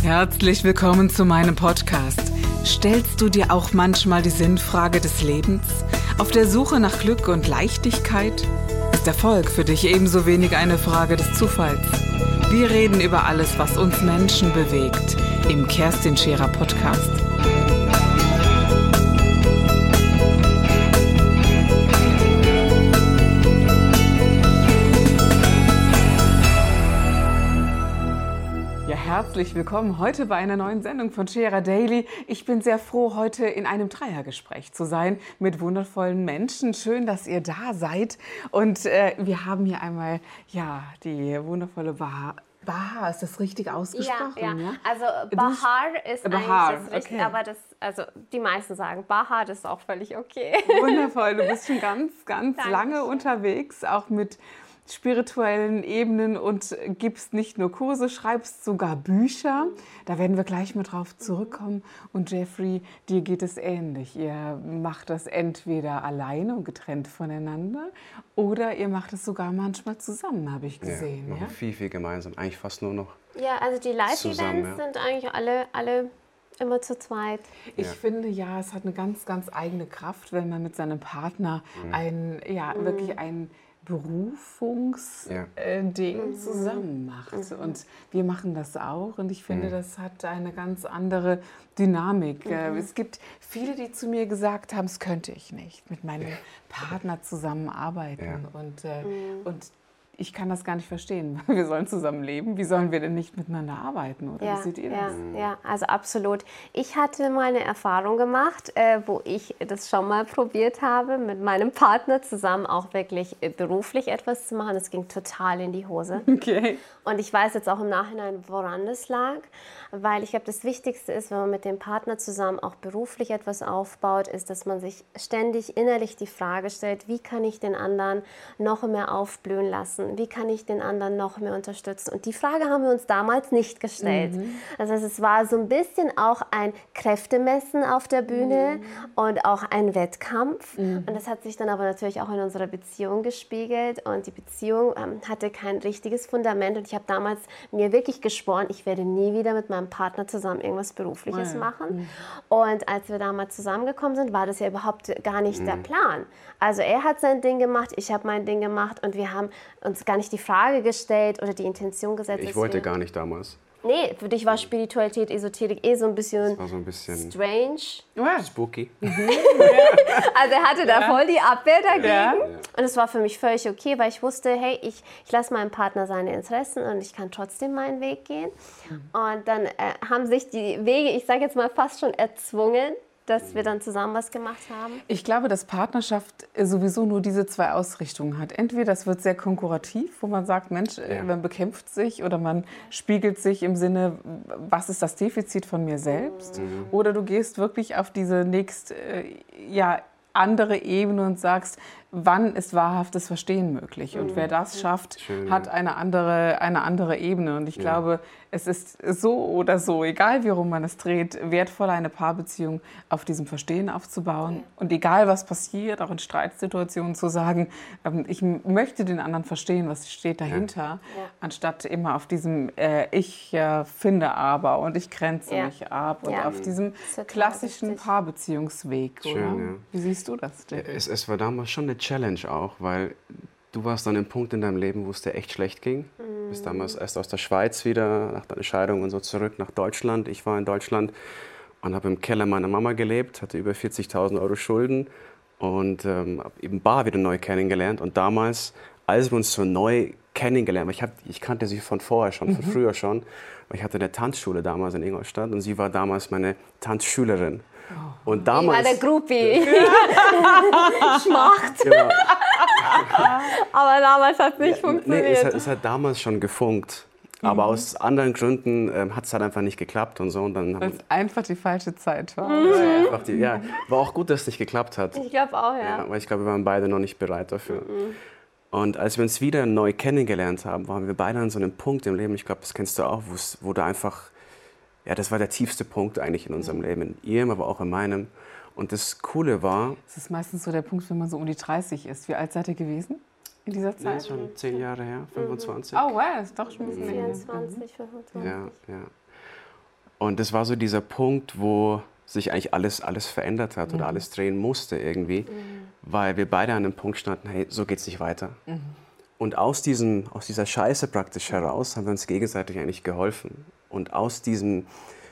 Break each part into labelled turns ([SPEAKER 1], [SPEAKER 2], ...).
[SPEAKER 1] Herzlich willkommen zu meinem Podcast. Stellst du dir auch manchmal die Sinnfrage des Lebens? Auf der Suche nach Glück und Leichtigkeit? Ist Erfolg für dich ebenso wenig eine Frage des Zufalls? Wir reden über alles, was uns Menschen bewegt, im Kerstin Scherer Podcast. Herzlich willkommen heute bei einer neuen Sendung von Scherer Daily. Ich bin sehr froh, heute in einem Dreiergespräch zu sein mit wundervollen Menschen. Schön, dass ihr da seid. Und wir haben hier einmal die wundervolle Bahar. Bahar, ist das richtig ausgesprochen?
[SPEAKER 2] Ja. Also Bahar ist
[SPEAKER 1] Bahar,
[SPEAKER 2] eigentlich das Richtige,
[SPEAKER 1] okay.
[SPEAKER 2] aber die meisten sagen Bahar, das ist auch völlig okay.
[SPEAKER 1] Wundervoll, du bist schon ganz
[SPEAKER 2] Dankeschön.
[SPEAKER 1] lange unterwegs, auch mit spirituellen Ebenen und gibst nicht nur Kurse, schreibst sogar Bücher. Da werden wir gleich mal drauf zurückkommen. Und Jeffrey, dir geht es ähnlich. Ihr macht das entweder alleine und getrennt voneinander oder ihr macht es sogar manchmal zusammen, habe ich gesehen.
[SPEAKER 3] Wir machen viel gemeinsam, eigentlich fast nur noch.
[SPEAKER 2] Ja, also die Live-Events sind eigentlich alle immer zu zweit.
[SPEAKER 1] Ich finde, es hat eine ganz, ganz eigene Kraft, wenn man mit seinem Partner wirklich ein Berufungsding zusammen macht. Und wir machen das auch. Und ich finde, das hat eine ganz andere Dynamik. Es gibt viele, die zu mir gesagt haben, das könnte ich nicht, mit meinem Partner zusammenarbeiten.
[SPEAKER 3] Ja.
[SPEAKER 1] Und ich kann das gar nicht verstehen. Wir sollen zusammen leben. Wie sollen wir denn nicht miteinander arbeiten? Oder wie seht ihr das?
[SPEAKER 2] Ja, also absolut. Ich hatte mal eine Erfahrung gemacht, wo ich das schon mal probiert habe, mit meinem Partner zusammen auch wirklich beruflich etwas zu machen. Es ging total in die Hose.
[SPEAKER 1] Okay.
[SPEAKER 2] Und ich weiß jetzt auch im Nachhinein, woran das lag. Weil ich glaube, das Wichtigste ist, wenn man mit dem Partner zusammen auch beruflich etwas aufbaut, ist, dass man sich ständig innerlich die Frage stellt, wie kann ich den anderen noch mehr aufblühen lassen? Wie kann ich den anderen noch mehr unterstützen? Und die Frage haben wir uns damals nicht gestellt. Das heißt, es war so ein bisschen auch ein Kräftemessen auf der Bühne und auch ein Wettkampf. Und das hat sich dann aber natürlich auch in unserer Beziehung gespiegelt. Und die Beziehung hatte kein richtiges Fundament. Und ich habe damals mir wirklich geschworen, ich werde nie wieder mit meinem Partner zusammen irgendwas Berufliches machen. Und als wir damals zusammengekommen sind, war das ja überhaupt gar nicht der Plan. Also er hat sein Ding gemacht, ich habe mein Ding gemacht und wir haben uns gar nicht die Frage gestellt oder die Intention gesetzt.
[SPEAKER 3] Ich wollte gar nicht damals.
[SPEAKER 2] Nee, für dich war Spiritualität, Esoterik so ein bisschen,
[SPEAKER 3] Das war so ein bisschen
[SPEAKER 2] strange.
[SPEAKER 3] spooky.
[SPEAKER 2] Also er hatte da voll die Abwehr dagegen.
[SPEAKER 1] Ja.
[SPEAKER 2] Und es war für mich völlig okay, weil ich wusste, hey, ich lasse meinem Partner seine Interessen und ich kann trotzdem meinen Weg gehen. Und dann haben sich die Wege, ich sage jetzt mal fast schon erzwungen, dass wir dann zusammen was gemacht haben.
[SPEAKER 1] Ich glaube, dass Partnerschaft sowieso nur diese zwei Ausrichtungen hat. Entweder es wird sehr konkurrativ, wo man sagt, Mensch, man bekämpft sich oder man spiegelt sich im Sinne, was ist das Defizit von mir selbst? Oder du gehst wirklich auf diese andere Ebene und sagst, wann ist wahrhaftes Verstehen möglich? Und wer das schafft, hat eine andere Ebene. Und ich glaube, es ist so oder so, egal wie rum man es dreht, wertvoll, eine Paarbeziehung auf diesem Verstehen aufzubauen. Und egal was passiert, auch in Streitsituationen zu sagen, ich möchte den anderen verstehen, was steht dahinter, anstatt immer auf diesem ich finde aber und ich grenze mich ab und auf diesem klassischen Paarbeziehungsweg.
[SPEAKER 3] Schön,
[SPEAKER 1] oder?
[SPEAKER 3] ja.
[SPEAKER 1] Wie siehst du das, Jack?
[SPEAKER 3] Es war damals schon eine Challenge auch, weil du warst an einem Punkt in deinem Leben, wo es dir echt schlecht ging. Du bist damals erst aus der Schweiz wieder, nach deiner Scheidung und so zurück nach Deutschland. Ich war in Deutschland und habe im Keller meiner Mama gelebt, hatte über 40.000 Euro Schulden und habe eben Bar wieder neu kennengelernt. Und damals, als wir uns so neu kennengelernt haben, ich kannte sie von vorher schon, von früher schon, weil ich hatte eine Tanzschule damals in Ingolstadt und sie war damals meine Tanzschülerin. Und damals,
[SPEAKER 2] Ich war der Groupie. Schmacht.
[SPEAKER 3] genau,
[SPEAKER 2] Aber damals hat es nicht funktioniert.
[SPEAKER 3] Es hat damals schon gefunkt. Aber aus anderen Gründen hat es halt einfach nicht geklappt und so. Und dann
[SPEAKER 1] Weil es einfach die falsche Zeit war.
[SPEAKER 3] war auch gut, dass es nicht geklappt hat.
[SPEAKER 2] Ich glaube auch, ja.
[SPEAKER 3] Weil ich glaube, wir waren beide noch nicht bereit dafür. Und als wir uns wieder neu kennengelernt haben, waren wir beide an so einem Punkt im Leben, ich glaube, das kennst du auch, wo du einfach, das war der tiefste Punkt eigentlich in unserem Leben, in ihrem, aber auch in meinem. Und das Coole war...
[SPEAKER 1] Das ist meistens so der Punkt, wenn man so um die 30 ist. Wie alt seid ihr gewesen in dieser Zeit?
[SPEAKER 3] Das ist schon 10 Jahre her, 25.
[SPEAKER 1] Oh wow, das ist doch schon ein bisschen länger.
[SPEAKER 2] 24, 25.
[SPEAKER 3] Ja. Und das war so dieser Punkt, wo sich eigentlich alles verändert hat oder alles drehen musste irgendwie, weil wir beide an einem Punkt standen, hey, so geht's nicht weiter. Und aus dieser Scheiße praktisch heraus haben wir uns gegenseitig eigentlich geholfen. Und aus diesem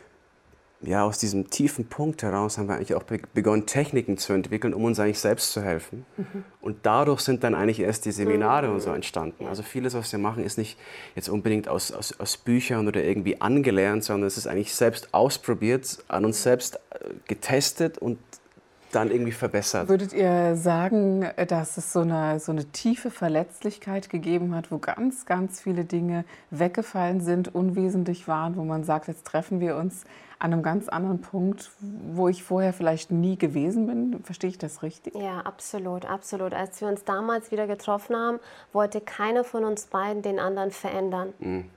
[SPEAKER 3] tiefen Punkt heraus haben wir eigentlich auch begonnen, Techniken zu entwickeln, um uns eigentlich selbst zu helfen. Und dadurch sind dann eigentlich erst die Seminare und so entstanden. Also vieles, was wir machen, ist nicht jetzt unbedingt aus Büchern oder irgendwie angelernt, sondern es ist eigentlich selbst ausprobiert, an uns selbst getestet und dann irgendwie verbessert.
[SPEAKER 1] Würdet ihr sagen, dass es so eine tiefe Verletzlichkeit gegeben hat, wo ganz, ganz viele Dinge weggefallen sind, unwesentlich waren, wo man sagt, jetzt treffen wir uns an einem ganz anderen Punkt, wo ich vorher vielleicht nie gewesen bin? Verstehe ich das richtig?
[SPEAKER 2] Ja, absolut, absolut. Als wir uns damals wieder getroffen haben, wollte keiner von uns beiden den anderen verändern.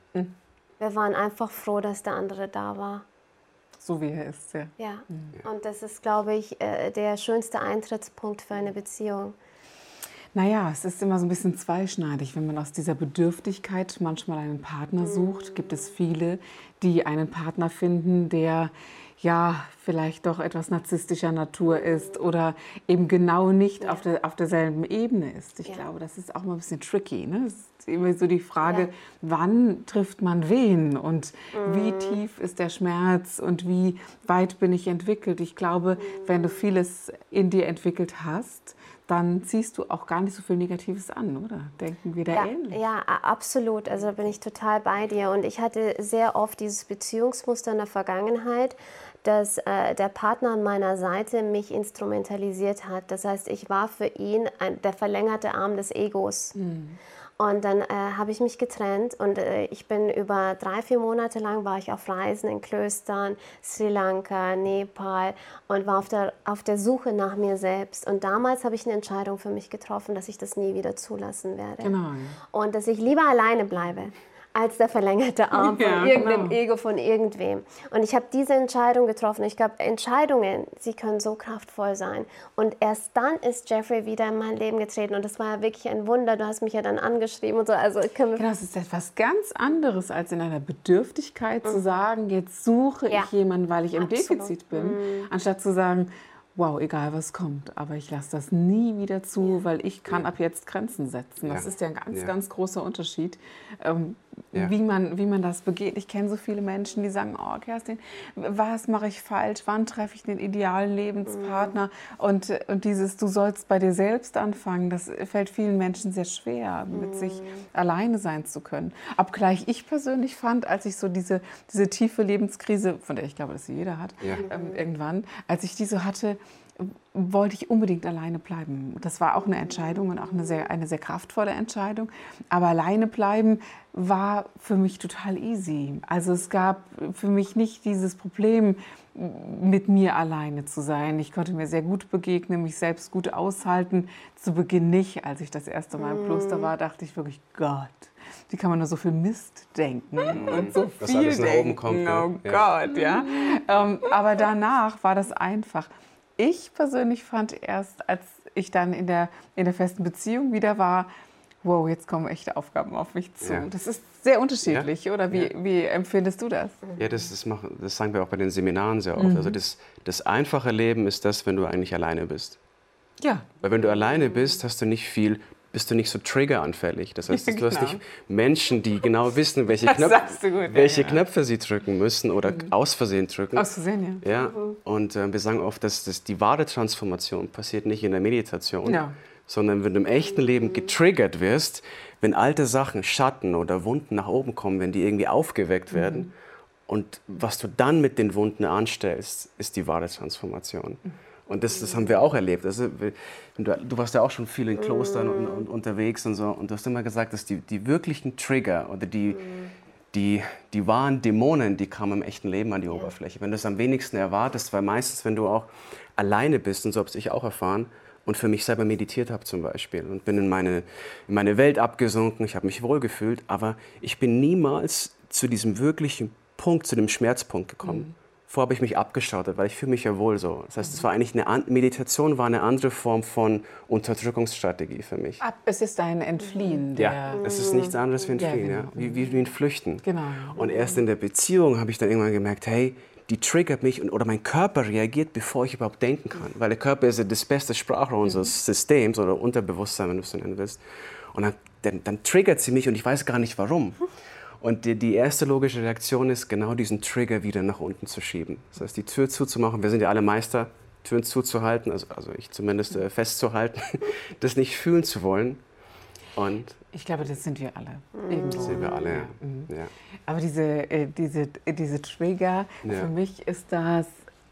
[SPEAKER 2] Wir waren einfach froh, dass der andere da war.
[SPEAKER 1] So wie er ist, ja.
[SPEAKER 2] Ja, und das ist, glaube ich, der schönste Eintrittspunkt für eine Beziehung.
[SPEAKER 1] Naja, es ist immer so ein bisschen zweischneidig. Wenn man aus dieser Bedürftigkeit manchmal einen Partner sucht, gibt es viele, die einen Partner finden, der ja vielleicht doch etwas narzisstischer Natur ist oder eben genau nicht auf derselben Ebene ist. Ich glaube, das ist auch mal ein bisschen tricky. Ne? Es ist immer so die Frage, wann trifft man wen und wie tief ist der Schmerz und wie weit bin ich entwickelt. Ich glaube, wenn du vieles in dir entwickelt hast, dann ziehst du auch gar nicht so viel Negatives an, oder? Denken wir da ähnlich?
[SPEAKER 2] Ja, absolut. Also da bin ich total bei dir. Und ich hatte sehr oft dieses Beziehungsmuster in der Vergangenheit, dass der Partner an meiner Seite mich instrumentalisiert hat. Das heißt, ich war für ihn der verlängerte Arm des Egos. Und dann habe ich mich getrennt und ich bin über 3-4 Monate lang war ich auf Reisen in Klöstern, Sri Lanka, Nepal und war auf der Suche nach mir selbst. Und damals habe ich eine Entscheidung für mich getroffen, dass ich das nie wieder zulassen werde.
[SPEAKER 1] Genau.
[SPEAKER 2] Und dass ich lieber alleine bleibe als der verlängerte Arm von irgendeinem Ego, von irgendwem. Und ich habe diese Entscheidung getroffen. Ich glaube, Entscheidungen, sie können so kraftvoll sein. Und erst dann ist Jeffrey wieder in mein Leben getreten. Und das war ja wirklich ein Wunder. Du hast mich ja dann angeschrieben und so. Also
[SPEAKER 1] genau, das ist etwas ganz anderes, als in einer Bedürftigkeit zu sagen, jetzt suche ich jemanden, weil ich im Defizit bin, anstatt zu sagen, wow, egal was kommt, aber ich lasse das nie wieder zu, weil ich kann ab jetzt Grenzen setzen. Das ist ja ein ganz, ganz großer Unterschied, wie man das begeht. Ich kenne so viele Menschen, die sagen, oh Kerstin, was mache ich falsch, wann treffe ich den idealen Lebenspartner? Und dieses, du sollst bei dir selbst anfangen, das fällt vielen Menschen sehr schwer, mit sich alleine sein zu können. Obgleich ich persönlich fand, als ich so diese tiefe Lebenskrise, von der ich glaube, dass sie jeder hat, irgendwann, als ich die so hatte, wollte ich unbedingt alleine bleiben. Das war auch eine Entscheidung und auch eine sehr kraftvolle Entscheidung. Aber alleine bleiben war für mich total easy. Also es gab für mich nicht dieses Problem, mit mir alleine zu sein. Ich konnte mir sehr gut begegnen, mich selbst gut aushalten. Zu Beginn nicht. Als ich das erste Mal im Kloster war, dachte ich wirklich, Gott, wie kann man nur so viel Mist denken und so
[SPEAKER 3] dass
[SPEAKER 1] viel
[SPEAKER 3] alles nach
[SPEAKER 1] denken.
[SPEAKER 3] oben kommt, ne?
[SPEAKER 1] Oh Gott, ja. Aber danach war das einfach. Ich persönlich fand erst, als ich dann in der festen Beziehung wieder war, wow, jetzt kommen echte Aufgaben auf mich zu. Ja. Das ist sehr unterschiedlich, oder? Wie empfindest du das?
[SPEAKER 3] Ja, das sagen wir auch bei den Seminaren sehr oft. Also das einfache Leben ist das, wenn du eigentlich alleine bist. Ja. Weil wenn du alleine bist, bist du nicht so triggeranfällig. Das heißt, du hast nicht Menschen, die genau wissen, welche Knöpfe sie drücken müssen oder aus Versehen drücken.
[SPEAKER 1] Aus Versehen, ja.
[SPEAKER 3] Ja. Und wir sagen oft, dass die wahre Transformation passiert nicht in der Meditation, sondern wenn du im echten Leben getriggert wirst, wenn alte Sachen, Schatten oder Wunden nach oben kommen, wenn die irgendwie aufgeweckt werden. Und was du dann mit den Wunden anstellst, ist die wahre Transformation. Und das haben wir auch erlebt. Also, du warst ja auch schon viel in Klostern und unterwegs und so. Und du hast immer gesagt, dass die wirklichen Trigger oder die wahren Dämonen, die kamen im echten Leben an die Oberfläche. Wenn du es am wenigsten erwartest, weil meistens, wenn du auch alleine bist, und so habe ich auch erfahren, und für mich selber meditiert habe zum Beispiel und bin in meine Welt abgesunken, ich habe mich wohlgefühlt, aber ich bin niemals zu diesem wirklichen Punkt, zu dem Schmerzpunkt gekommen. Vorher habe ich mich abgeschottet, weil ich fühle mich ja wohl so. Das heißt, es war eigentlich Meditation war eine andere Form von Unterdrückungsstrategie für mich.
[SPEAKER 1] Es ist ein Entfliehen.
[SPEAKER 3] Ja, es ist nichts anderes wie ein Fliehen,
[SPEAKER 1] genau.
[SPEAKER 3] ja. Wie ein Flüchten.
[SPEAKER 1] Genau.
[SPEAKER 3] Und erst in der Beziehung habe ich dann irgendwann gemerkt, hey, die triggert mich oder mein Körper reagiert, bevor ich überhaupt denken kann. Weil der Körper ist ja das beste Sprachrohr unseres Systems oder Unterbewusstsein, wenn du es so nennen willst. Und dann triggert sie mich und ich weiß gar nicht warum. Und die erste logische Reaktion ist, genau diesen Trigger wieder nach unten zu schieben. Das heißt, die Tür zuzumachen. Wir sind ja alle Meister, Türen zuzuhalten, also ich zumindest festzuhalten, das nicht fühlen zu wollen. Und
[SPEAKER 1] ich glaube, das sind wir alle.
[SPEAKER 3] Das sind wir alle, ja. Ja.
[SPEAKER 1] Aber diese Trigger, für mich ist das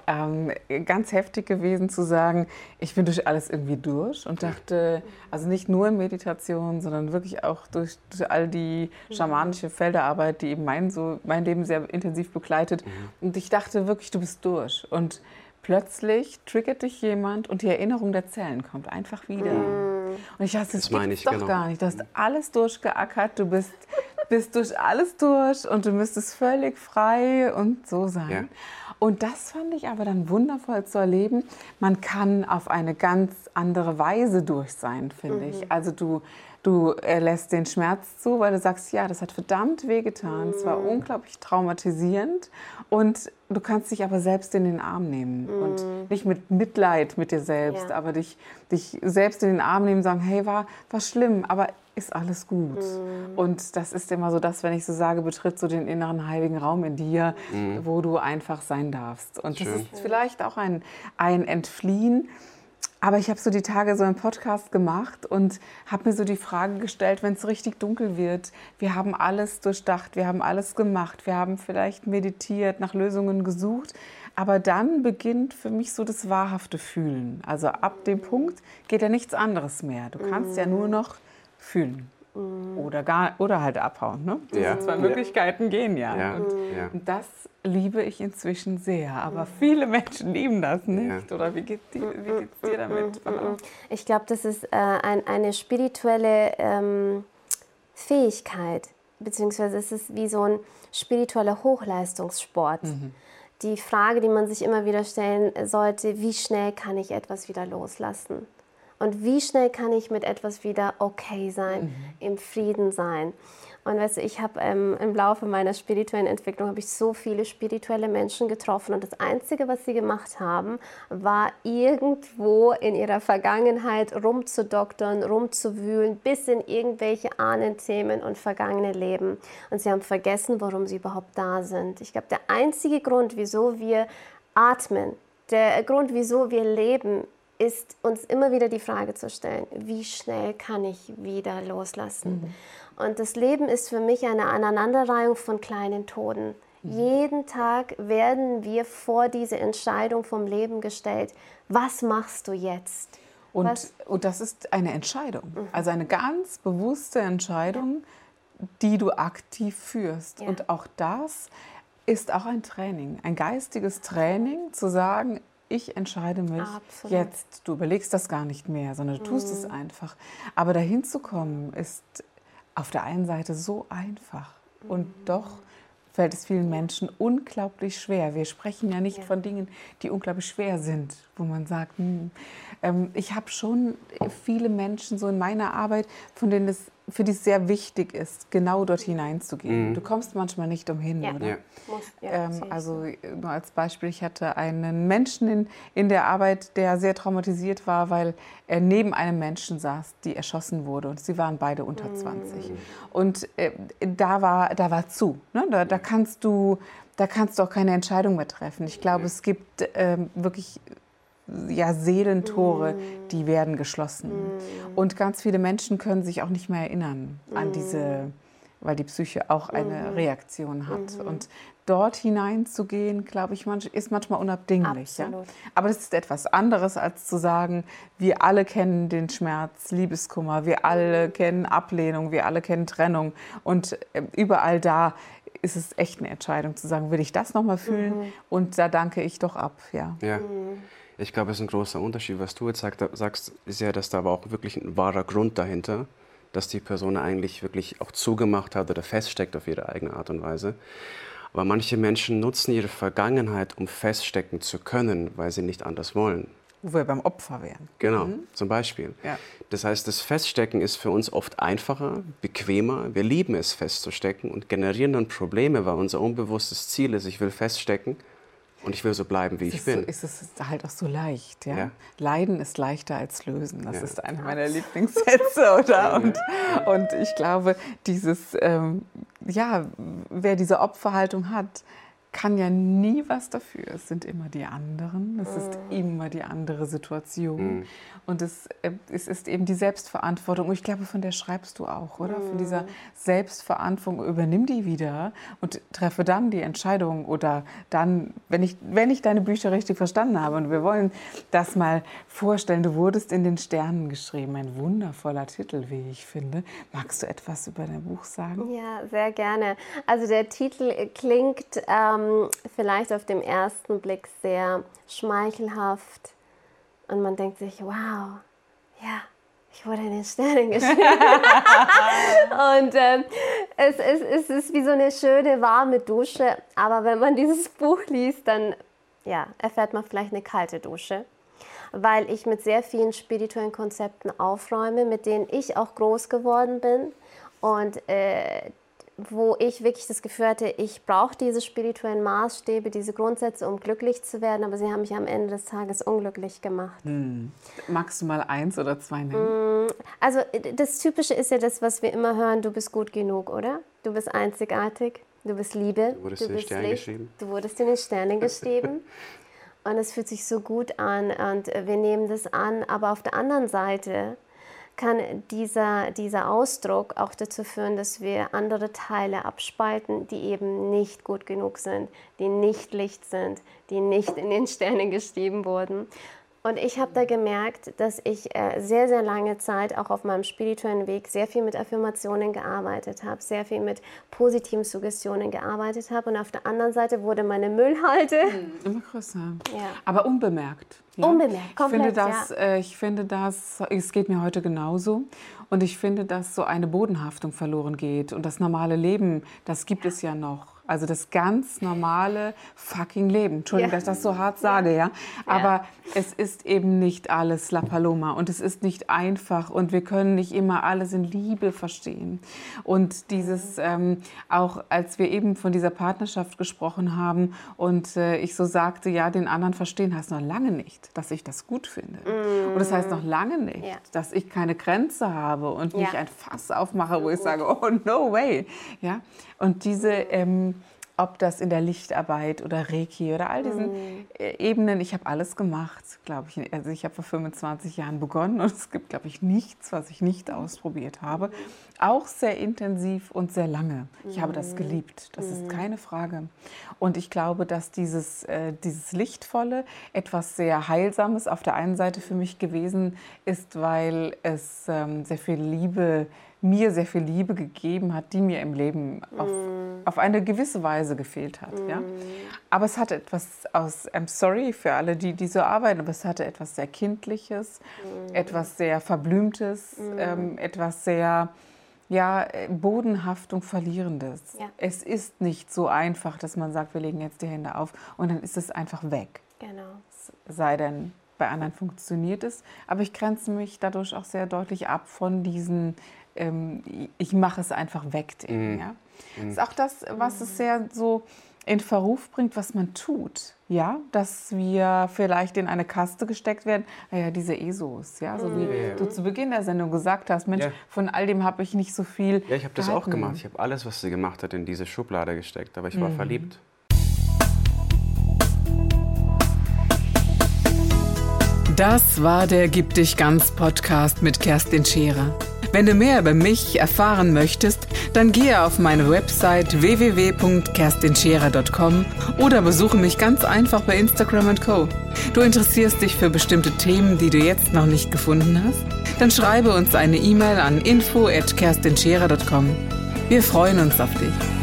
[SPEAKER 1] ganz heftig gewesen zu sagen, ich bin durch alles irgendwie durch und dachte, also nicht nur in Meditation, sondern wirklich auch durch all die schamanische Felderarbeit, die eben mein Leben sehr intensiv begleitet. Und ich dachte wirklich, du bist durch. Und plötzlich triggert dich jemand und die Erinnerung der Zellen kommt einfach wieder. Und ich dachte, das gibt's doch gar nicht. Du hast alles durchgeackert, du bist durch alles durch und du müsstest völlig frei und so sein. Ja. Und das fand ich aber dann wundervoll zu erleben. Man kann auf eine ganz andere Weise durch sein, finde ich. Also du lässt den Schmerz zu, weil du sagst, ja, das hat verdammt wehgetan. Es war unglaublich traumatisierend. Und du kannst dich aber selbst in den Arm nehmen. Und nicht mit Mitleid mit dir selbst, aber dich selbst in den Arm nehmen und sagen, hey, war schlimm, aber ist alles gut. Und das ist immer so das, wenn ich so sage, betritt so den inneren heiligen Raum in dir, wo du einfach sein darfst. Und das ist vielleicht auch ein Entfliehen. Aber ich habe so die Tage so einen Podcast gemacht und habe mir so die Frage gestellt, wenn es richtig dunkel wird, wir haben alles durchdacht, wir haben alles gemacht, wir haben vielleicht meditiert, nach Lösungen gesucht, aber dann beginnt für mich so das wahrhafte Fühlen. Also ab dem Punkt geht ja nichts anderes mehr. Du kannst ja nur noch fühlen. Oder halt abhauen. Ne? Diese zwei Möglichkeiten gehen ja. Und das liebe ich inzwischen sehr. Aber viele Menschen lieben das nicht. Oder wie geht's dir damit?
[SPEAKER 2] Ich glaube, das ist eine spirituelle Fähigkeit. Beziehungsweise es ist wie so ein spiritueller Hochleistungssport. Die Frage, die man sich immer wieder stellen sollte, wie schnell kann ich etwas wieder loslassen? Und wie schnell kann ich mit etwas wieder okay sein, im Frieden sein? Und weißt du, ich habe im Laufe meiner spirituellen Entwicklung habe ich so viele spirituelle Menschen getroffen und das Einzige, was sie gemacht haben, war irgendwo in ihrer Vergangenheit rumzudoktern, rumzuwühlen, bis in irgendwelche Ahnenthemen und vergangene Leben. Und sie haben vergessen, warum sie überhaupt da sind. Ich glaube, der einzige Grund, wieso wir atmen, der Grund, wieso wir leben, ist uns immer wieder die Frage zu stellen, wie schnell kann ich wieder loslassen? Und das Leben ist für mich eine Aneinanderreihung von kleinen Toden. Jeden Tag werden wir vor diese Entscheidung vom Leben gestellt, was machst du jetzt?
[SPEAKER 1] Und das ist eine Entscheidung, also eine ganz bewusste Entscheidung, die du aktiv führst. Und auch das ist auch ein Training, ein geistiges Training, zu sagen, ich entscheide mich jetzt. Du überlegst das gar nicht mehr, sondern du tust es einfach. Aber dahin zu kommen, ist auf der einen Seite so einfach. Und doch fällt es vielen Menschen unglaublich schwer. Wir sprechen ja nicht von Dingen, die unglaublich schwer sind, wo man sagt, ich habe schon viele Menschen so in meiner Arbeit, für die es sehr wichtig ist, genau dort hineinzugehen. Du kommst manchmal nicht umhin, oder? Also nur als Beispiel, ich hatte einen Menschen in der Arbeit, der sehr traumatisiert war, weil er neben einem Menschen saß, die erschossen wurde. Und sie waren beide unter 20. Und da war zu. Ne? Da kannst du auch keine Entscheidung mehr treffen. Ich glaube, es gibt wirklich Seelentore, die werden geschlossen. Und ganz viele Menschen können sich auch nicht mehr erinnern an weil die Psyche auch eine Reaktion hat. Und dort hineinzugehen, glaube ich, ist manchmal unabdinglich. Ja? Aber das ist etwas anderes, als zu sagen, wir alle kennen den Schmerz, Liebeskummer, wir alle kennen Ablehnung, wir alle kennen Trennung. Und überall da ist es echt eine Entscheidung zu sagen, will ich das nochmal fühlen? Und da danke ich doch ab. Ja.
[SPEAKER 3] Ich glaube, es ist ein großer Unterschied. Was du jetzt sagst, ist ja, dass da aber auch wirklich ein wahrer Grund dahinter, dass die Person eigentlich wirklich auch zugemacht hat oder feststeckt auf ihre eigene Art und Weise. Aber manche Menschen nutzen ihre Vergangenheit, um feststecken zu können, weil sie nicht anders wollen.
[SPEAKER 1] Wo wir beim Opfer wären.
[SPEAKER 3] Genau, zum Beispiel. Ja. Das heißt, das Feststecken ist für uns oft einfacher, bequemer. Wir lieben es, festzustecken und generieren dann Probleme, weil unser unbewusstes Ziel ist, ich will feststecken und ich will so bleiben, wie ich bin.
[SPEAKER 1] Es ist halt auch so leicht. Ja? Leiden ist leichter als lösen. Das ist einer meiner Lieblingssätze. Oder? Und ich glaube, wer diese Opferhaltung hat, kann ja nie was dafür. Es sind immer die anderen, es ist immer die andere Situation. Und es ist eben die Selbstverantwortung. Und ich glaube, von der schreibst du auch, oder? Von dieser Selbstverantwortung, übernimm die wieder und treffe dann die Entscheidung. Oder dann, wenn ich deine Bücher richtig verstanden habe, und wir wollen das mal vorstellen, du wurdest in den Sternen geschrieben. Ein wundervoller Titel, wie ich finde. Magst du etwas über dein Buch sagen?
[SPEAKER 2] Ja, sehr gerne. Also der Titel klingt vielleicht auf den ersten Blick sehr schmeichelhaft und man denkt sich, wow, ja, ich wurde in den Sternen geschrieben. Und es ist wie so eine schöne, warme Dusche, aber wenn man dieses Buch liest, dann erfährt man vielleicht eine kalte Dusche, weil ich mit sehr vielen spirituellen Konzepten aufräume, mit denen ich auch groß geworden bin und wo ich wirklich das Gefühl hatte, ich brauche diese spirituellen Maßstäbe, diese Grundsätze, um glücklich zu werden, aber sie haben mich am Ende des Tages unglücklich gemacht.
[SPEAKER 1] Magst du mal 1 oder 2 nennen?
[SPEAKER 2] Also das Typische ist ja das, was wir immer hören, du bist gut genug, oder? Du bist einzigartig, du bist Liebe,
[SPEAKER 3] du wurdest in den Sternen geschrieben.
[SPEAKER 2] Du wurdest in den Sternen geschrieben. Und es fühlt sich so gut an und wir nehmen das an, aber auf der anderen Seite kann dieser Ausdruck auch dazu führen, dass wir andere Teile abspalten, die eben nicht gut genug sind, die nicht Licht sind, die nicht in den Sternen geschrieben wurden. Und ich habe da gemerkt, dass ich sehr, sehr lange Zeit auch auf meinem spirituellen Weg sehr viel mit Affirmationen gearbeitet habe, sehr viel mit positiven Suggestionen gearbeitet habe. Und auf der anderen Seite wurde meine Müllhalde
[SPEAKER 1] immer größer, aber unbemerkt.
[SPEAKER 2] Ja. Unbemerkt, komplett,
[SPEAKER 1] ich finde das, es geht mir heute genauso. Und ich finde, dass so eine Bodenhaftung verloren geht. Und das normale Leben, das gibt es ja noch. Also das ganz normale fucking Leben. Entschuldigung, dass ich das so hart sage, ja. Aber es ist eben nicht alles La Paloma und es ist nicht einfach und wir können nicht immer alles in Liebe verstehen. Und dieses, auch als wir eben von dieser Partnerschaft gesprochen haben und ich so sagte, ja, den anderen verstehen, heißt noch lange nicht, dass ich das gut finde. Und das heißt noch lange nicht, dass ich keine Grenze habe und nicht ein Fass aufmache, wo ich sage, oh, no way. Ja? Und diese, ob das in der Lichtarbeit oder Reiki oder all diesen Ebenen, ich habe alles gemacht, glaube ich. Also ich habe vor 25 Jahren begonnen und es gibt, glaube ich, nichts, was ich nicht ausprobiert habe. Auch sehr intensiv und sehr lange. Ich habe das geliebt, das ist keine Frage. Und ich glaube, dass dieses Lichtvolle etwas sehr Heilsames auf der einen Seite für mich gewesen ist, weil es sehr viel Liebe gegeben hat, die mir im Leben auf eine gewisse Weise gefehlt hat. Ja? Aber es hatte etwas I'm sorry für alle, die so arbeiten, aber es hatte etwas sehr Kindliches, etwas sehr Verblümtes, etwas sehr Bodenhaftung Verlierendes. Ja. Es ist nicht so einfach, dass man sagt, wir legen jetzt die Hände auf und dann ist es einfach weg.
[SPEAKER 2] Genau.
[SPEAKER 1] Es sei denn, bei anderen funktioniert es. Aber ich grenze mich dadurch auch sehr deutlich ab von diesen ich mache es einfach weg. Ja? Das ist auch das, was es sehr so in Verruf bringt, was man tut. Ja? Dass wir vielleicht in eine Kaste gesteckt werden. Naja, diese ESOs, ja? So wie du zu Beginn der Sendung gesagt hast, Mensch, von all dem habe ich nicht so viel
[SPEAKER 3] Ja, ich habe das auch gemacht. Ich habe alles, was sie gemacht hat, in diese Schublade gesteckt. Aber ich war verliebt.
[SPEAKER 1] Das war der Gib dich ganz Podcast mit Kerstin Scherer. Wenn du mehr über mich erfahren möchtest, dann gehe auf meine Website www.kerstinscherer.com oder besuche mich ganz einfach bei Instagram & Co. Du interessierst dich für bestimmte Themen, die du jetzt noch nicht gefunden hast? Dann schreibe uns eine E-Mail an info@kerstinscherer.com. Wir freuen uns auf dich.